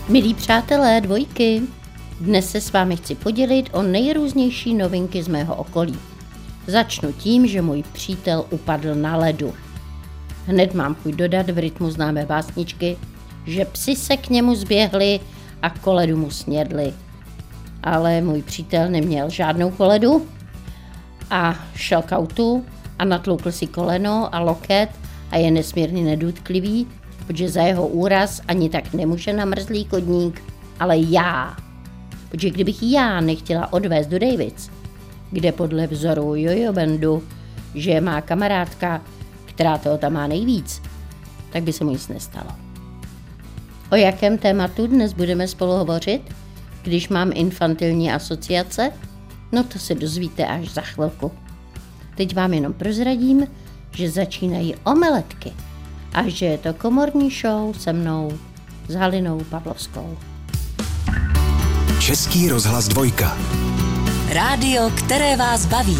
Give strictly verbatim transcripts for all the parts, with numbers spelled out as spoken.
Milí přátelé dvojky, dnes se s vámi chci podělit o nejrůznější novinky z mého okolí. Začnu tím, že můj přítel upadl na ledu. Hned mám chuť dodat v rytmu známé básničky, že psi se k němu zběhli a koledu mu snědli. Ale můj přítel neměl žádnou koledu a šel k autu a natloukl si koleno a loket a je nesmírně nedůtklivý, protože za jeho úraz ani tak nemůže namrzlý kodník, ale já. Protože kdybych já nechtěla odvést do Davids, kde podle vzoru Jojo Bandu, že je má kamarádka, která toho tam má nejvíc, tak by se mu nic nestalo. O jakém tématu dnes budeme spolu hovořit, když mám infantilní asociace? No to se dozvíte až za chvilku. Teď vám jenom prozradím, že začínají omeletky a že je to komorní show se mnou, s Halinou Pavlovskou. Český rozhlas dvojka. Rádio, které vás baví.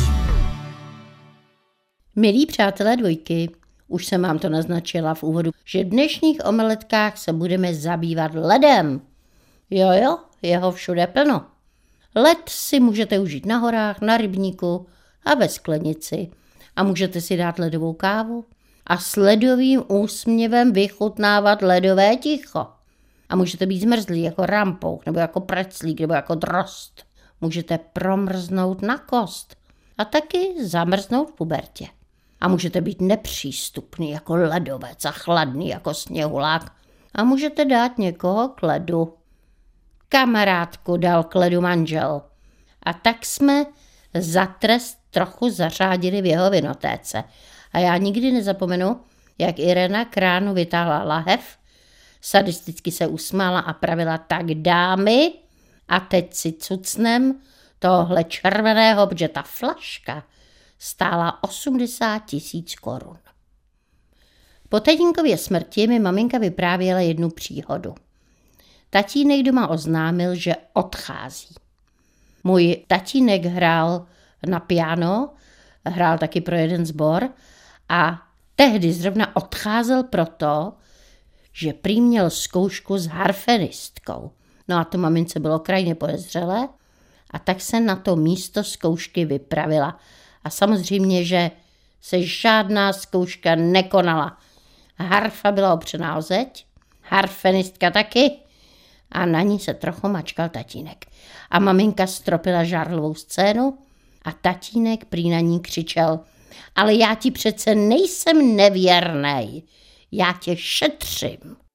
Milí přátelé dvojky, už jsem vám to naznačila v úvodu, že v dnešních omeletkách se budeme zabývat ledem. Jo, jo, jeho všude plno. Led si můžete užít na horách, na rybníku a ve sklenici. A můžete si dát ledovou kávu a s ledovým úsměvem vychutnávat ledové ticho. A můžete být zmrzlí jako rampouk, nebo jako preclík, nebo jako drost. Můžete promrznout na kost a taky zamrznout v pubertě. A můžete být nepřístupný jako ledovec a chladný jako sněhulák. A můžete dát někoho k ledu. Kamarádku dal k ledu manžel. A tak jsme za trest trochu zařádili v jeho vinotéce. A já nikdy nezapomenu, jak Irena k ránu vytáhla lahev, sadisticky se usmála a pravila: tak dámy, a teď si cucnem tohle červeného, protože ta flaška stála osmdesát tisíc korun. Po tatínkově smrti mi maminka vyprávěla jednu příhodu. Tatínek doma oznámil, že odchází. Můj tatínek hrál na piano, hrál taky pro jeden sbor a tehdy zrovna odcházel proto, že prý měl zkoušku s harfenistkou. No a to mamince bylo krajně podezřelé a tak se na to místo zkoušky vypravila. A samozřejmě, že se žádná zkouška nekonala. Harfa byla opřená o zeď, harfenistka taky a na ní se trochu mačkal tatínek. A maminka stropila žárlovou scénu a tatínek prý na ní křičel: ale já ti přece nejsem nevěrnej, já tě šetřím.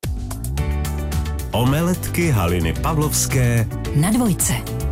Omeletky Haliny Pavlovské Na dvojce.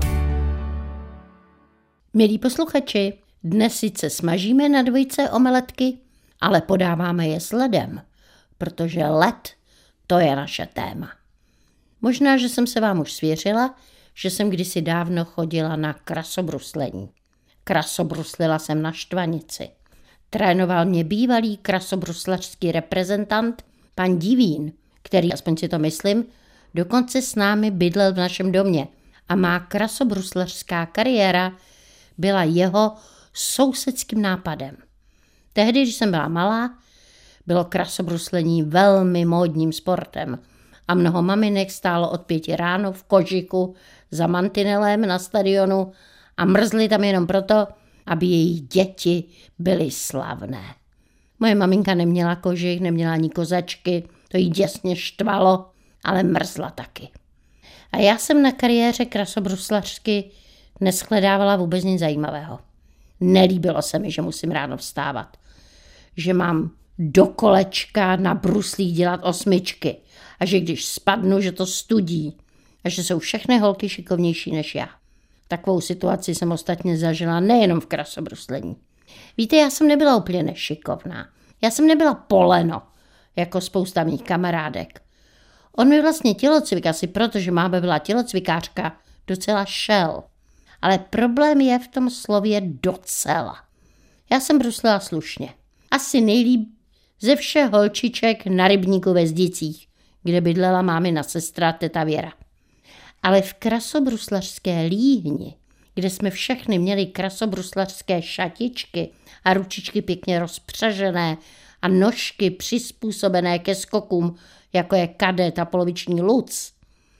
Milí posluchači, dnes sice smažíme na dvojce omeletky, ale podáváme je s ledem, protože led, to je naše téma. Možná, že jsem se vám už svěřila, že jsem kdysi dávno chodila na krasobruslení. Krasobruslila jsem na Štvanici. Trénoval mě bývalý krasobruslařský reprezentant, pan Divín, který, aspoň si to myslím, dokonce s námi bydlel v našem domě a má krasobruslařská kariéra byla jeho sousedským nápadem. Tehdy, když jsem byla malá, bylo krasobruslení velmi módním sportem a mnoho maminek stálo od pěti ráno v kožiku za mantinelem na stadionu a mrzli tam jenom proto, aby jejich děti byly slavné. Moje maminka neměla kožich, neměla ani kozačky, to jí děsně štvalo, ale mrzla taky. A já jsem na kariéře krasobruslařky neschledávala vůbec nic zajímavého. Nelíbilo se mi, že musím ráno vstávat, že mám do kolečka na bruslích dělat osmičky a že když spadnu, že to studí a že jsou všechny holky šikovnější než já. Takovou situaci jsem ostatně zažila nejenom v krasobruslení. Víte, já jsem nebyla úplně nešikovná. Já jsem nebyla poleno, jako spousta mých kamarádek. On mi vlastně tělocvik, asi proto, že máma byla tělocvikářka, docela šel. Ale problém je v tom slově docela. Já jsem bruslila slušně. Asi nejlíp ze všech holčiček na rybníku ve Zdicích, kde bydlela mámina sestra teta Věra. Ale v krasobruslařské líhni, kde jsme všechny měli krasobruslařské šatičky a ručičky pěkně rozpřažené a nožky přizpůsobené ke skokům, jako je kadet a poloviční luc,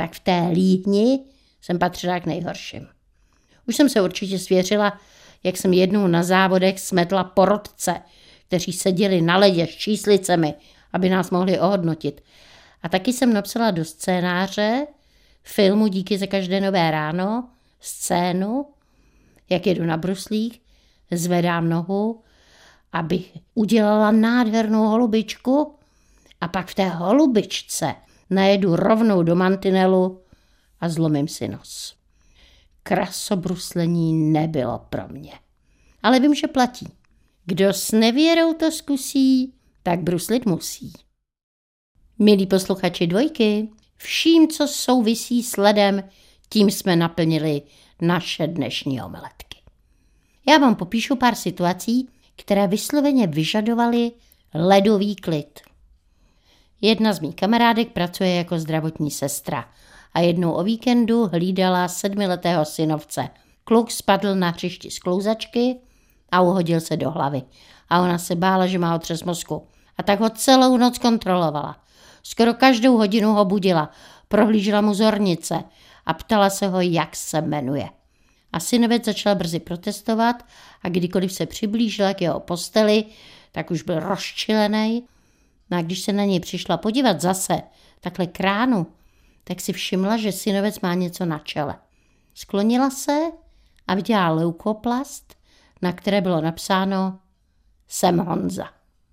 tak v té líhni jsem patřila k nejhorším. Už jsem se určitě svěřila, jak jsem jednou na závodech smetla porotce, kteří seděli na ledě s číslicemi, aby nás mohli ohodnotit. A taky jsem napsala do scénáře filmu Díky za každé nové ráno scénu, jak jedu na bruslích, zvedám nohu, abych udělala nádhernou holubičku a pak v té holubičce najedu rovnou do mantinelu a zlomím si nos. Krasobruslení nebylo pro mě. Ale vím, že platí. Kdo s nevěrou to zkusí, tak bruslit musí. Milí posluchači Dvojky, vším, co souvisí s ledem, tím jsme naplnili naše dnešní omeletky. Já vám popíšu pár situací, které vysloveně vyžadovaly ledový klid. Jedna z mých kamarádek pracuje jako zdravotní sestra a jednou o víkendu hlídala sedmiletého synovce. Kluk spadl na hřišti z klouzačky a uhodil se do hlavy. A ona se bála, že má otřes mozku. A tak ho celou noc kontrolovala. Skoro každou hodinu ho budila, prohlížela mu zornice a ptala se ho, jak se jmenuje. A synovec začal brzy protestovat a kdykoliv se přiblížila k jeho posteli, tak už byl rozčilený. No a když se na něj přišla podívat zase, takhle k ránu, tak si všimla, že synovec má něco na čele. Sklonila se a viděla leukoplast, na které bylo napsáno Jsem Honza.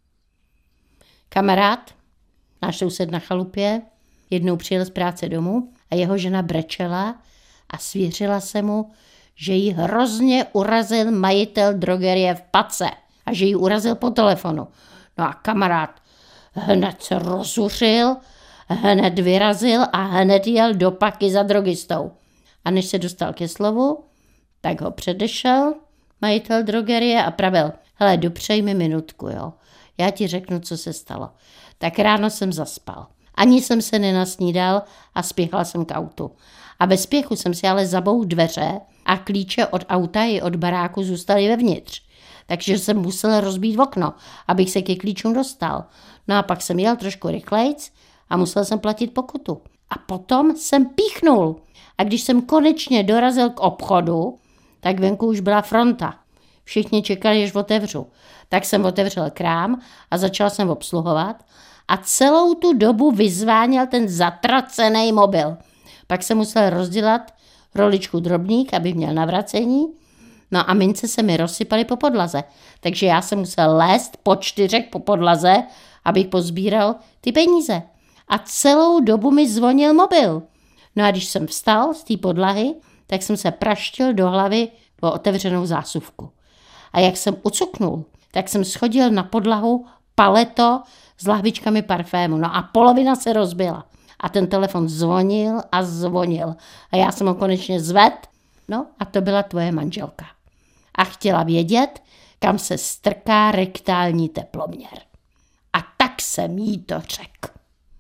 Kamarád, náš soused na chalupě, jednou přijel z práce domů a jeho žena brečela a svěřila se mu, že jí hrozně urazil majitel drogerie v Pace a že jí urazil po telefonu. No a kamarád hned se rozuřil, hned vyrazil a hned jel do Paky za drogistou. A než se dostal ke slovu, tak ho předešel majitel drogerie a pravil, hele, dopřej mi minutku, jo, já ti řeknu, co se stalo. Tak ráno jsem zaspal. Ani jsem se nenasnídal a spěchal jsem k autu. A ve spěchu jsem si ale zaboul dveře a klíče od auta i od baráku zůstaly vevnitř. Takže jsem musel rozbít okno, abych se ke klíčům dostal. No a pak jsem jel trošku rychlejc a musel jsem platit pokutu. A potom jsem píchnul. A když jsem konečně dorazil k obchodu, tak venku už byla fronta. Všichni čekali, až otevřu. Tak jsem otevřel krám a začal jsem obsluhovat a celou tu dobu vyzváněl ten zatracený mobil. Pak jsem musel rozdělat roličku drobník, aby měl navracení. No a mince se mi rozsypaly po podlaze, takže já jsem musel lézt po čtyřech po podlaze, abych pozbíral ty peníze. A celou dobu mi zvonil mobil. No a když jsem vstal z té podlahy, tak jsem se praštil do hlavy o otevřenou zásuvku. A jak jsem ucuknul, tak jsem schodil na podlahu paleto s lahvičkami parfému. No a polovina se rozbila. A ten telefon zvonil a zvonil. A já jsem ho konečně zvedl. No a to byla tvoje manželka. A chtěla vědět, kam se strká rektální teploměr. A tak jsem jí to řekl.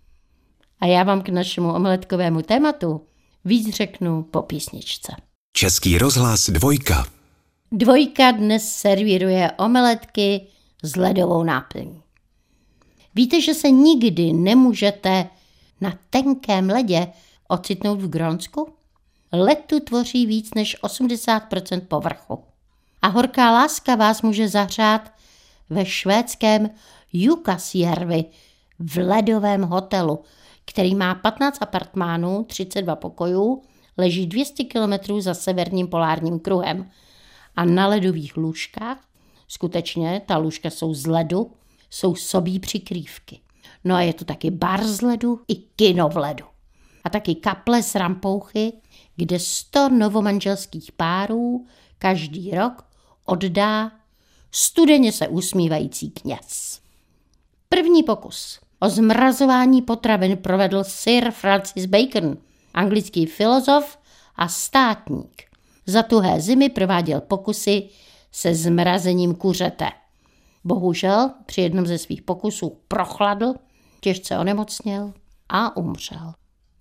A já vám k našemu omeletkovému tématu víc řeknu po písničce. Český rozhlas Dvojka. Dvojka dnes servíruje omeletky s ledovou náplní. Víte, že se nikdy nemůžete na tenkém ledě ocitnout v Grónsku? Led tu tvoří víc než osmdesát procent povrchu. A horká láska vás může zahřát ve švédském Jukkasjärvi v ledovém hotelu, který má patnáct apartmánů, třicet dva pokojů, leží dvě stě kilometrů za severním polárním kruhem. A na ledových lůžkách, skutečně ta lůžka jsou z ledu, jsou sobí přikrývky. No a je to taky bar z ledu i kino v ledu. A taky kaple z rampouchy, kde sto novomanželských párů každý rok oddá studeně se usmívající kněz. První pokus o zmrazování potravin provedl Sir Francis Bacon, anglický filozof a státník. Za tuhé zimy prováděl pokusy se zmrazením kuřete. Bohužel při jednom ze svých pokusů prochladl, těžce onemocněl a umřel.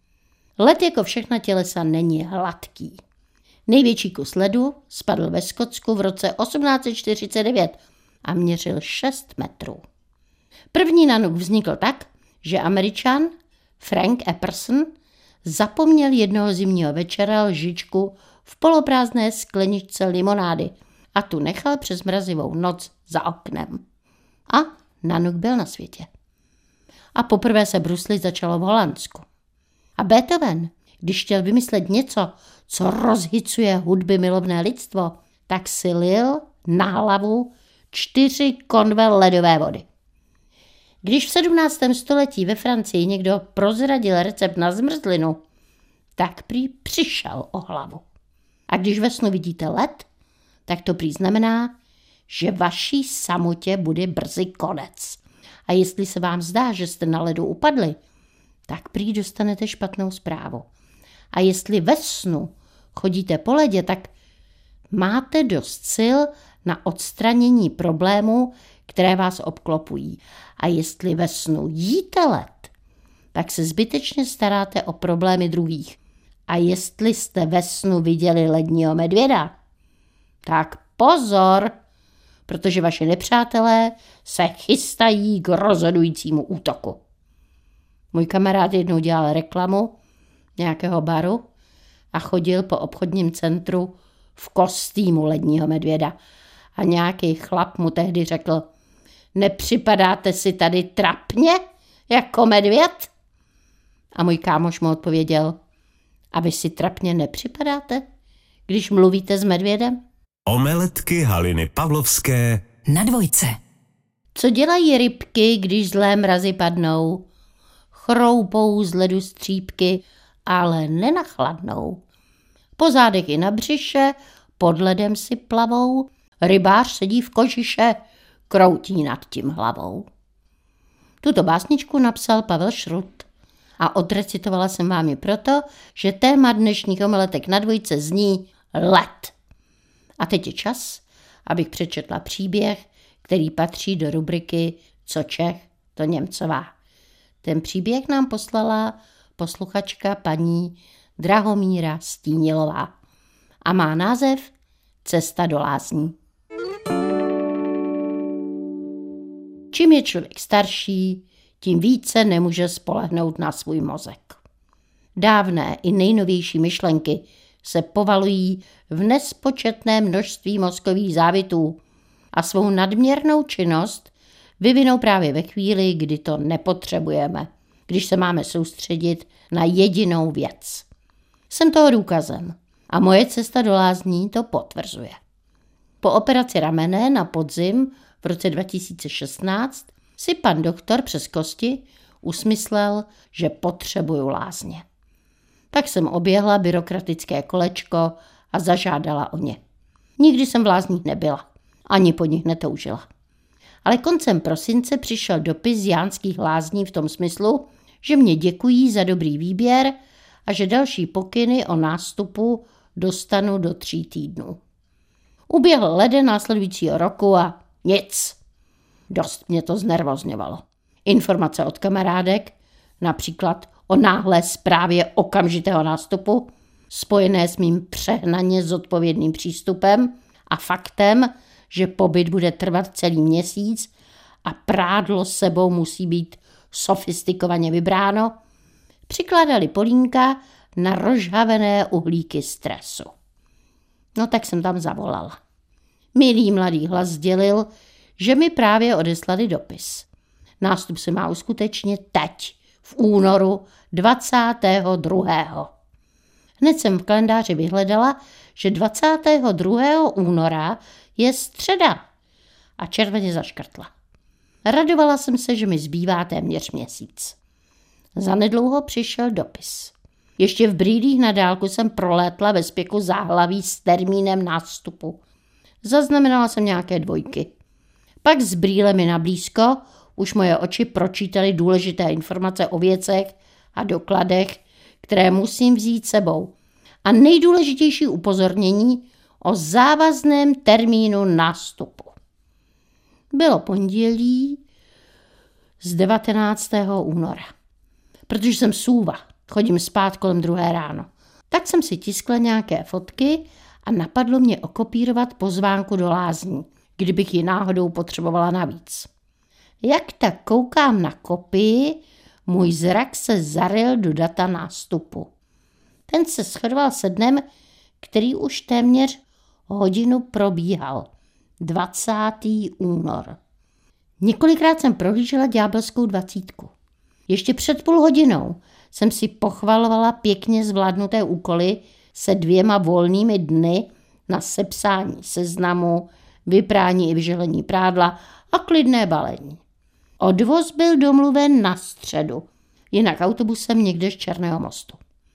Led jako všechna tělesa není hladký. Největší kus ledu spadl ve Skotsku v roce osmnáct set čtyřicet devět a měřil šest metrů. První nanuk vznikl tak, že Američan Frank Epperson zapomněl jednoho zimního večera lžičku v poloprázdné skleničce limonády a tu nechal přes mrazivou noc za oknem. A Nanook byl na světě. A poprvé se bruslit začalo v Holandsku. A Beethoven, když chtěl vymyslet něco, co rozhycuje hudby milovné lidstvo, tak si lil na hlavu čtyři konve ledové vody. Když v sedmnáctém století ve Francii někdo prozradil recept na zmrzlinu, tak prý přišel o hlavu. A když ve snu vidíte led, tak to prý znamená, že vaší samotě bude brzy konec. A jestli se vám zdá, že jste na ledu upadli, tak prý dostanete špatnou zprávu. A jestli ve snu chodíte po ledě, tak máte dost sil na odstranění problémů, které vás obklopují. A jestli ve snu jíte led, tak se zbytečně staráte o problémy druhých. A jestli jste ve snu viděli ledního medvěda, tak pozor, protože vaši nepřátelé se chystají k rozhodujícímu útoku. Můj kamarád jednou dělal reklamu nějakého baru a chodil po obchodním centru v kostýmu ledního medvěda. A nějaký chlap mu tehdy řekl: nepřipadáte si tady trapně jako medvěd? A můj kámoš mu odpověděl: a vy si trapně nepřipadáte, když mluvíte s medvědem? Omeletky Haliny Pavlovské na Dvojce. Co dělají rybky, když zlé mrazy padnou? Chroupou z ledu střípky, ale nenachladnou. Po zádech i na břiše, pod ledem si plavou, rybář sedí v kožiše, kroutí nad tím hlavou. Tuto básničku napsal Pavel Šrut a odrecitovala jsem vám ji proto, že téma dnešních omeletek na Dvojce zní led. A teď je čas, abych přečetla příběh, který patří do rubriky Co Čech, to Němcová. Ten příběh nám poslala posluchačka paní Drahomíra Stínilová a má název Cesta do lázní. Čím je člověk starší, tím více nemůže spolehnout na svůj mozek. Dávné i nejnovější myšlenky se povalují v nespočetné množství mozkových závitů a svou nadměrnou činnost vyvinou právě ve chvíli, kdy to nepotřebujeme, když se máme soustředit na jedinou věc. Jsem toho důkazem a moje cesta do lázní to potvrzuje. Po operaci ramene na podzim v roce dva tisíce šestnáct si pan doktor přes kosti usmyslel, že potřebuju lázně. Tak jsem oběhla byrokratické kolečko a zažádala o ně. Nikdy jsem v lázních nebyla, ani po nich netoužila. Ale koncem prosince přišel dopis z Jánských lázní v tom smyslu, že mě děkují za dobrý výběr a že další pokyny o nástupu dostanu do tří týdnů. Uběhl leden následujícího roku a nic. Dost mě to znervozňovalo. Informace od kamarádek, například o náhlé zprávě okamžitého nástupu, spojené s mým přehnaně zodpovědným přístupem a faktem, že pobyt bude trvat celý měsíc a prádlo s sebou musí být sofistikovaně vybráno, přikládali polínka na rozžhavené uhlíky stresu. No tak jsem tam zavolala. Milý mladý hlas sdělil, že mi právě odeslali dopis. Nástup se má uskutečnit teď, v únoru dvacátého druhého Hned jsem v kalendáři vyhledala, že dvacátého druhého února je středa a červeně zaškrtla. Radovala jsem se, že mi zbývá téměř měsíc. Zanedlouho přišel dopis. Ještě v brýlích na dálku jsem prolétla ve spěku záhlaví s termínem nástupu. Zaznamenala jsem nějaké dvojky. Pak s brýlemi na blízko už moje oči pročítaly důležité informace o věcech a dokladech, které musím vzít sebou. A nejdůležitější upozornění o závazném termínu nástupu. Bylo pondělí z devatenáctého února. Protože jsem sůva, chodím spát kolem druhé ráno. Tak jsem si tiskla nějaké fotky a napadlo mě okopírovat pozvánku do lázní, kdybych ji náhodou potřebovala navíc. Jak tak koukám na kopii, Můj zrak se zaryl do data nástupu. Ten se shodoval se dnem, který už téměř hodinu probíhal. dvacátého února. Několikrát jsem prohlížela ďábelskou dvacítku. Ještě před půl hodinou jsem si pochvalovala pěkně zvládnuté úkoly se dvěma volnými dny na sepsání seznamu, vyprání i vyžehlení prádla a klidné balení. Odvoz byl domluven na středu, jinak autobusem někde z Černého mostu.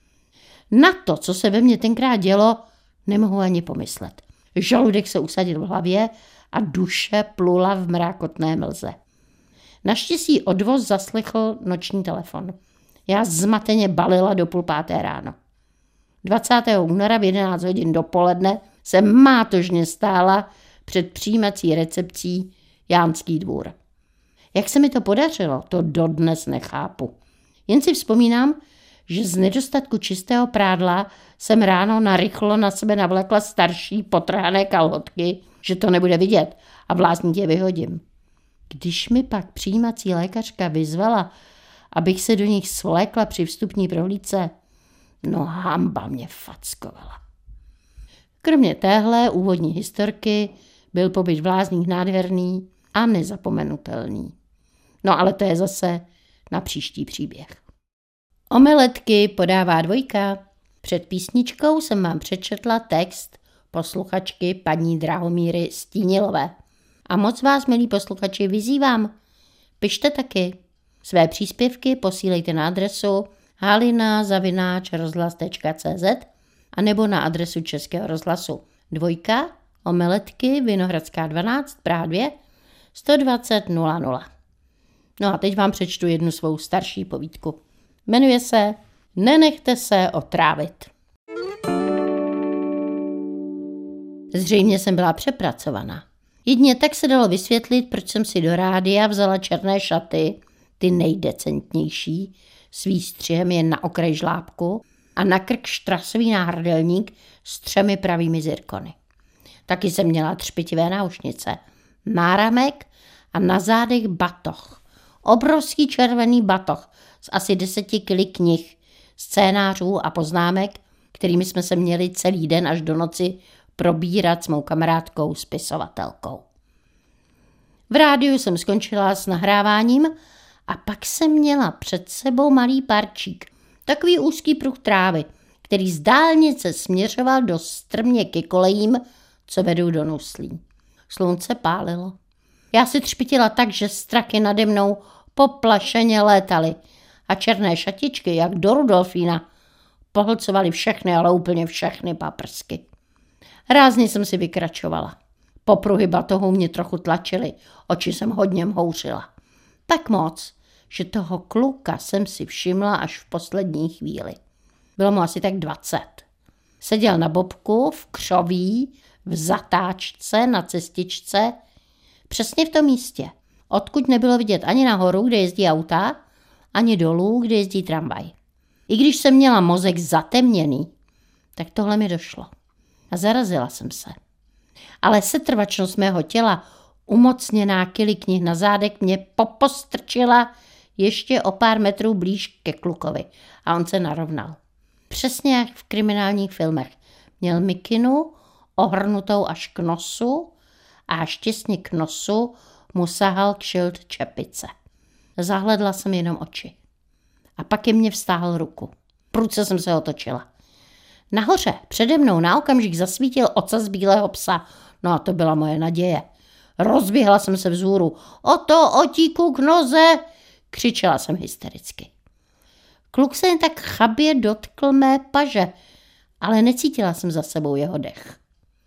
Na to, co se ve mně tenkrát dělo, nemohu ani pomyslet. Žaludek se usadil v hlavě a duše plula v mrákotné mlze. Naštěstí odvoz zaslechl noční telefon. Já zmateně balila do půl páté ráno. dvacátého února v jedenáct hodin dopoledne jsem mátožně stála před přijímací recepcí Jánský dvůr. Jak se mi to podařilo, to dodnes nechápu. Jen si vzpomínám, že z nedostatku čistého prádla jsem ráno narychlo na sebe navlekla starší potrhané kalhotky, že to nebude vidět a vlásnit je vyhodím. Když mi pak přijímací lékařka vyzvala, abych se do nich svlékla při vstupní prohlídce, no hamba mě fackovala. Kromě téhle úvodní historky byl pobyt v lázních nádherný a nezapomenutelný. No ale to je zase na příští příběh. Omeletky podává Dvojka. Před písničkou jsem vám přečetla text posluchačky paní Drahomíry Stínilové. A moc vás, milí posluchači, vyzývám, pište taky. Své příspěvky posílejte na adresu halina zavináč rozhlas tečka cé zet a nebo na adresu Českého rozhlasu Dvojka, Omeletky, Vinohradská dvanáct, Praha dva, sto dvacet nula nula. No a teď vám přečtu jednu svou starší povídku. Jmenuje se Nenechte se otrávit. Zřejmě jsem byla přepracovaná. Jedině tak se dalo vysvětlit, proč jsem si do rádia vzala černé šaty, ty nejdecentnější, s výstřihem jen na okraj žlábku a na krk štrasový náhrdelník s třemi pravými zirkony. Taky jsem měla třpitivé náušnice, náramek a na zádech batoh. Obrovský červený batoh s asi deseti kily knih, scénářů a poznámek, kterými jsme se měli celý den až do noci probírat s mou kamarádkou spisovatelkou. V rádiu jsem skončila s nahráváním a pak jsem měla před sebou malý parčík, takový úzký pruh trávy, který z dálnice směřoval do strmě ke kolejím, co vedou do Nuslí. Slunce pálilo. Já si třpitila tak, že straky nade mnou poplašeně létaly a černé šatičky, jak do Rudolfína, pohlcovaly všechny, ale úplně všechny paprsky. Rázně jsem si vykračovala. Popruhy batohu mě trochu tlačily, oči jsem hodně mhouřila. Tak moc, že toho kluka jsem si všimla až v poslední chvíli. Bylo mu asi tak dvacet. Seděl na bobku, v křoví, v zatáčce, na cestičce, přesně v tom místě, odkud nebylo vidět ani nahoru, kde jezdí auta, ani dolů, kde jezdí tramvaj. I když jsem měla mozek zatemněný, tak tohle mi došlo. A zarazila jsem se. Ale setrvačnost mého těla, umocněná kily knih na zádech, mě popostrčila ještě o pár metrů blíž ke klukovi a on se narovnal. Přesně jak v kriminálních filmech. Měl mikinu ohrnutou až k nosu a až těsně k nosu mu sahal kšilt čepice. Zahledla jsem jenom oči. A pak je mě vztáhl ruku. Prudce jsem se otočila. Nahoře, přede mnou, na okamžik zasvítil ocas bílého psa. No a to byla moje naděje. Rozběhla jsem se vzhůru. O to, otíku k noze, křičela jsem hystericky. Kluk se jen tak chabě dotkl mé paže, ale necítila jsem za sebou jeho dech.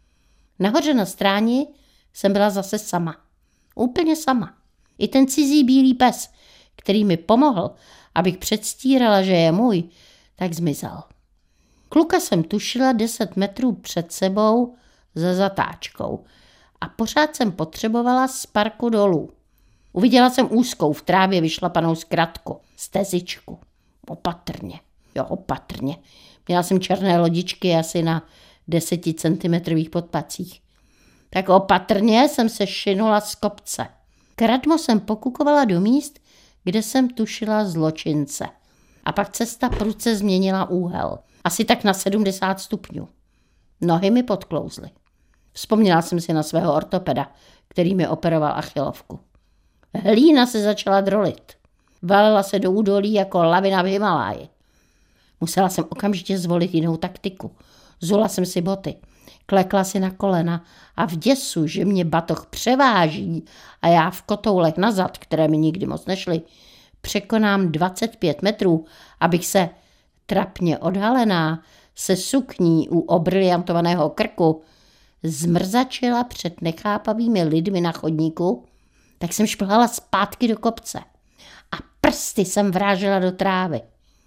Nahoře na stráni jsem byla zase sama. Úplně sama. I ten cizí bílý pes, který mi pomohl, abych předstírala, že je můj, tak zmizel. Kluka jsem tušila deset metrů před sebou za zatáčkou a pořád jsem potřebovala z parku dolů. Uviděla jsem úzkou v trávě vyšlapanou zkratku, stezičku. Opatrně, jo opatrně. Měla jsem černé lodičky asi na deseticentimetrových podpacích. Tak opatrně jsem se šinula z kopce. Kradmo jsem pokukovala do míst, kde jsem tušila zločince. A pak cesta prudce změnila úhel. Asi tak na sedmdesát stupňů. Nohy mi podklouzly. Vzpomněla jsem si na svého ortopeda, který mi operoval achilovku. Hlína se začala drolit. Valila se do údolí jako lavina v Himaláji. Musela jsem okamžitě zvolit jinou taktiku. Zula jsem si boty, klekla si na kolena a v děsu, že mě batoh převáží a já v kotoulech nazad, které mi nikdy moc nešly, překonám dvacet pět metrů, abych se trapně odhalená se sukní u obriliantovaného krku zmrzačila před nechápavými lidmi na chodníku, tak jsem šplhala zpátky do kopce a prsty jsem vrážela do trávy.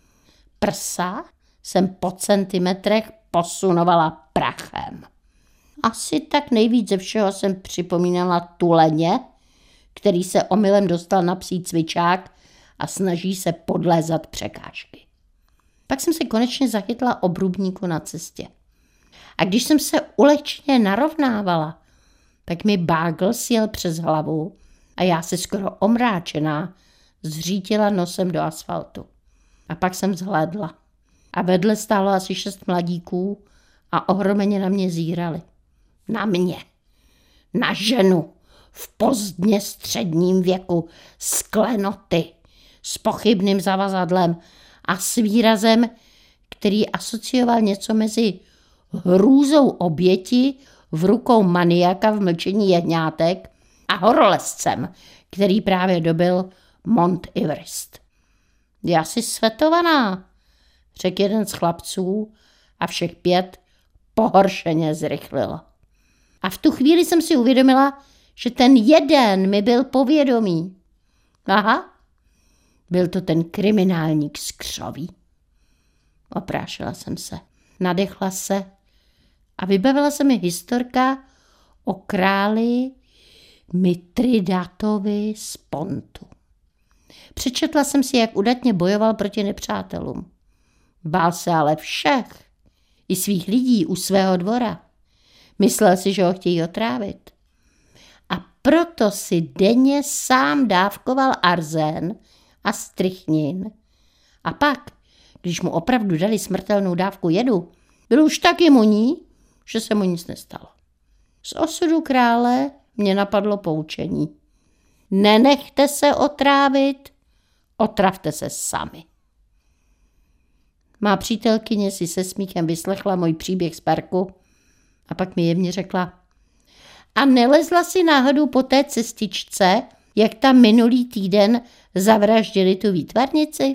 Prsa jsem po centimetrech posunovala prachem. Asi tak nejvíc ze všeho jsem připomínala tuleně, který se omylem dostal na psí cvičák a snaží se podlézat překážky. Pak jsem se konečně zachytla obrubníku na cestě. A když jsem se ulečně narovnávala, tak mi bágl sjel přes hlavu a já se skoro omráčená zřítila nosem do asfaltu. A pak jsem zhlédla. A vedle stálo asi šest mladíků a ohromeně na mě zírali. Na mě. Na ženu. V pozdně středním věku. S klenoty. S pochybným zavazadlem a s výrazem, který asocioval něco mezi hrůzou oběti v rukou maniaka v mlčení jehňátek a horolezcem, který právě dobil Mount Everest. Já jsi svetovaná, řekl jeden z chlapců a všech pět pohoršeně zrychlilo. A v tu chvíli jsem si uvědomila, že ten jeden mi byl povědomý. Aha, byl to ten kriminálník z křoví. Oprášila jsem se, nadechla se a vybavila se mi historka o králi Mitridatovi z Pontu. Přečetla jsem si, jak udatně bojoval proti nepřátelům. Bál se ale všech, i svých lidí u svého dvora. Myslel si, že ho chtějí otrávit. A proto si denně sám dávkoval arzén a strychnin. A pak, když mu opravdu dali smrtelnou dávku jedu, byl už tak imunní, že se mu nic nestalo. Z osudu krále mě napadlo poučení. Nenechte se otrávit, otravte se sami. Má přítelkyně si se smíchem vyslechla můj příběh z parku a pak mi jemně řekla: a nelezla si náhodou po té cestičce, jak tam minulý týden zavraždili tu výtvarnici?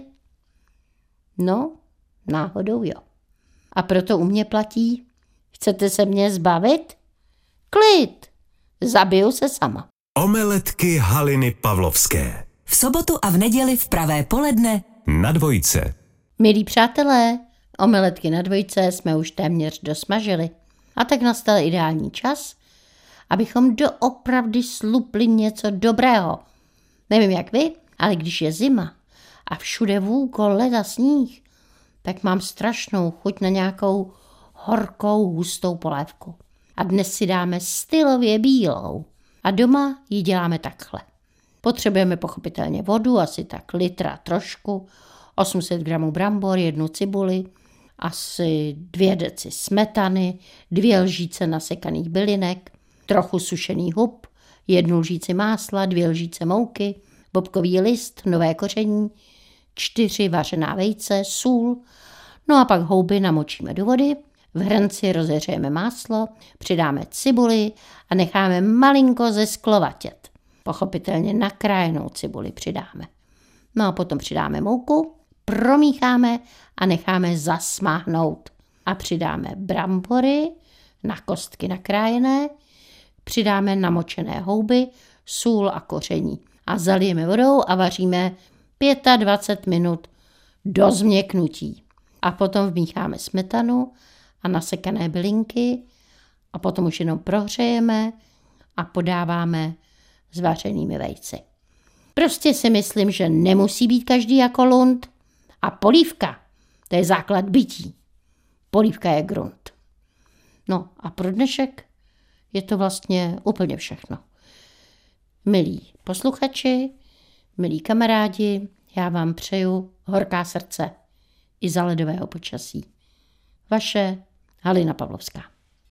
No, náhodou jo. A proto u mě platí: chcete se mě zbavit? Klid, zabiju se sama. Omeletky Haliny Pavlovské. V sobotu a v neděli v pravé poledne Na dvojce. Milí přátelé, omeletky na dvojce jsme už téměř dosmažili. A tak nastal ideální čas, abychom doopravdy slupli něco dobrého. Nevím jak vy, ale když je zima a všude vůkol led a sníh, tak mám strašnou chuť na nějakou horkou, hustou polévku. A dnes si dáme stylově bílou. A doma ji děláme takhle. Potřebujeme pochopitelně vodu, asi tak litra trošku, osm set gramů brambor, jednu cibuli, asi dvě deci smetany, dvě lžíce nasekaných bylinek, trochu sušený hub, jednu lžíci másla, dvě lžíce mouky, bobkový list, nové koření, čtyři vařená vejce, sůl, no a pak houby namočíme do vody, v hrnci rozehřejeme máslo, přidáme cibuli a necháme malinko zesklovatět. Pochopitelně nakrájenou cibuli přidáme. No a potom přidáme mouku, promícháme a necháme zasmáhnout. A přidáme brambory, na kostky nakrájené, přidáme namočené houby, sůl a koření. A zalijeme vodou a vaříme dvacet pět minut do změknutí. A potom vmícháme smetanu a nasekané bylinky a potom už jenom prohřejeme a podáváme s vařenými vejci. Prostě si myslím, že nemusí být každý jako Lund. A polívka, to je základ bytí. Polívka je grunt. No a pro dnešek je to vlastně úplně všechno. Milí posluchači, Milí kamarádi, já vám přeju horká srdce i za ledového počasí. Vaše Halina Pavlovská.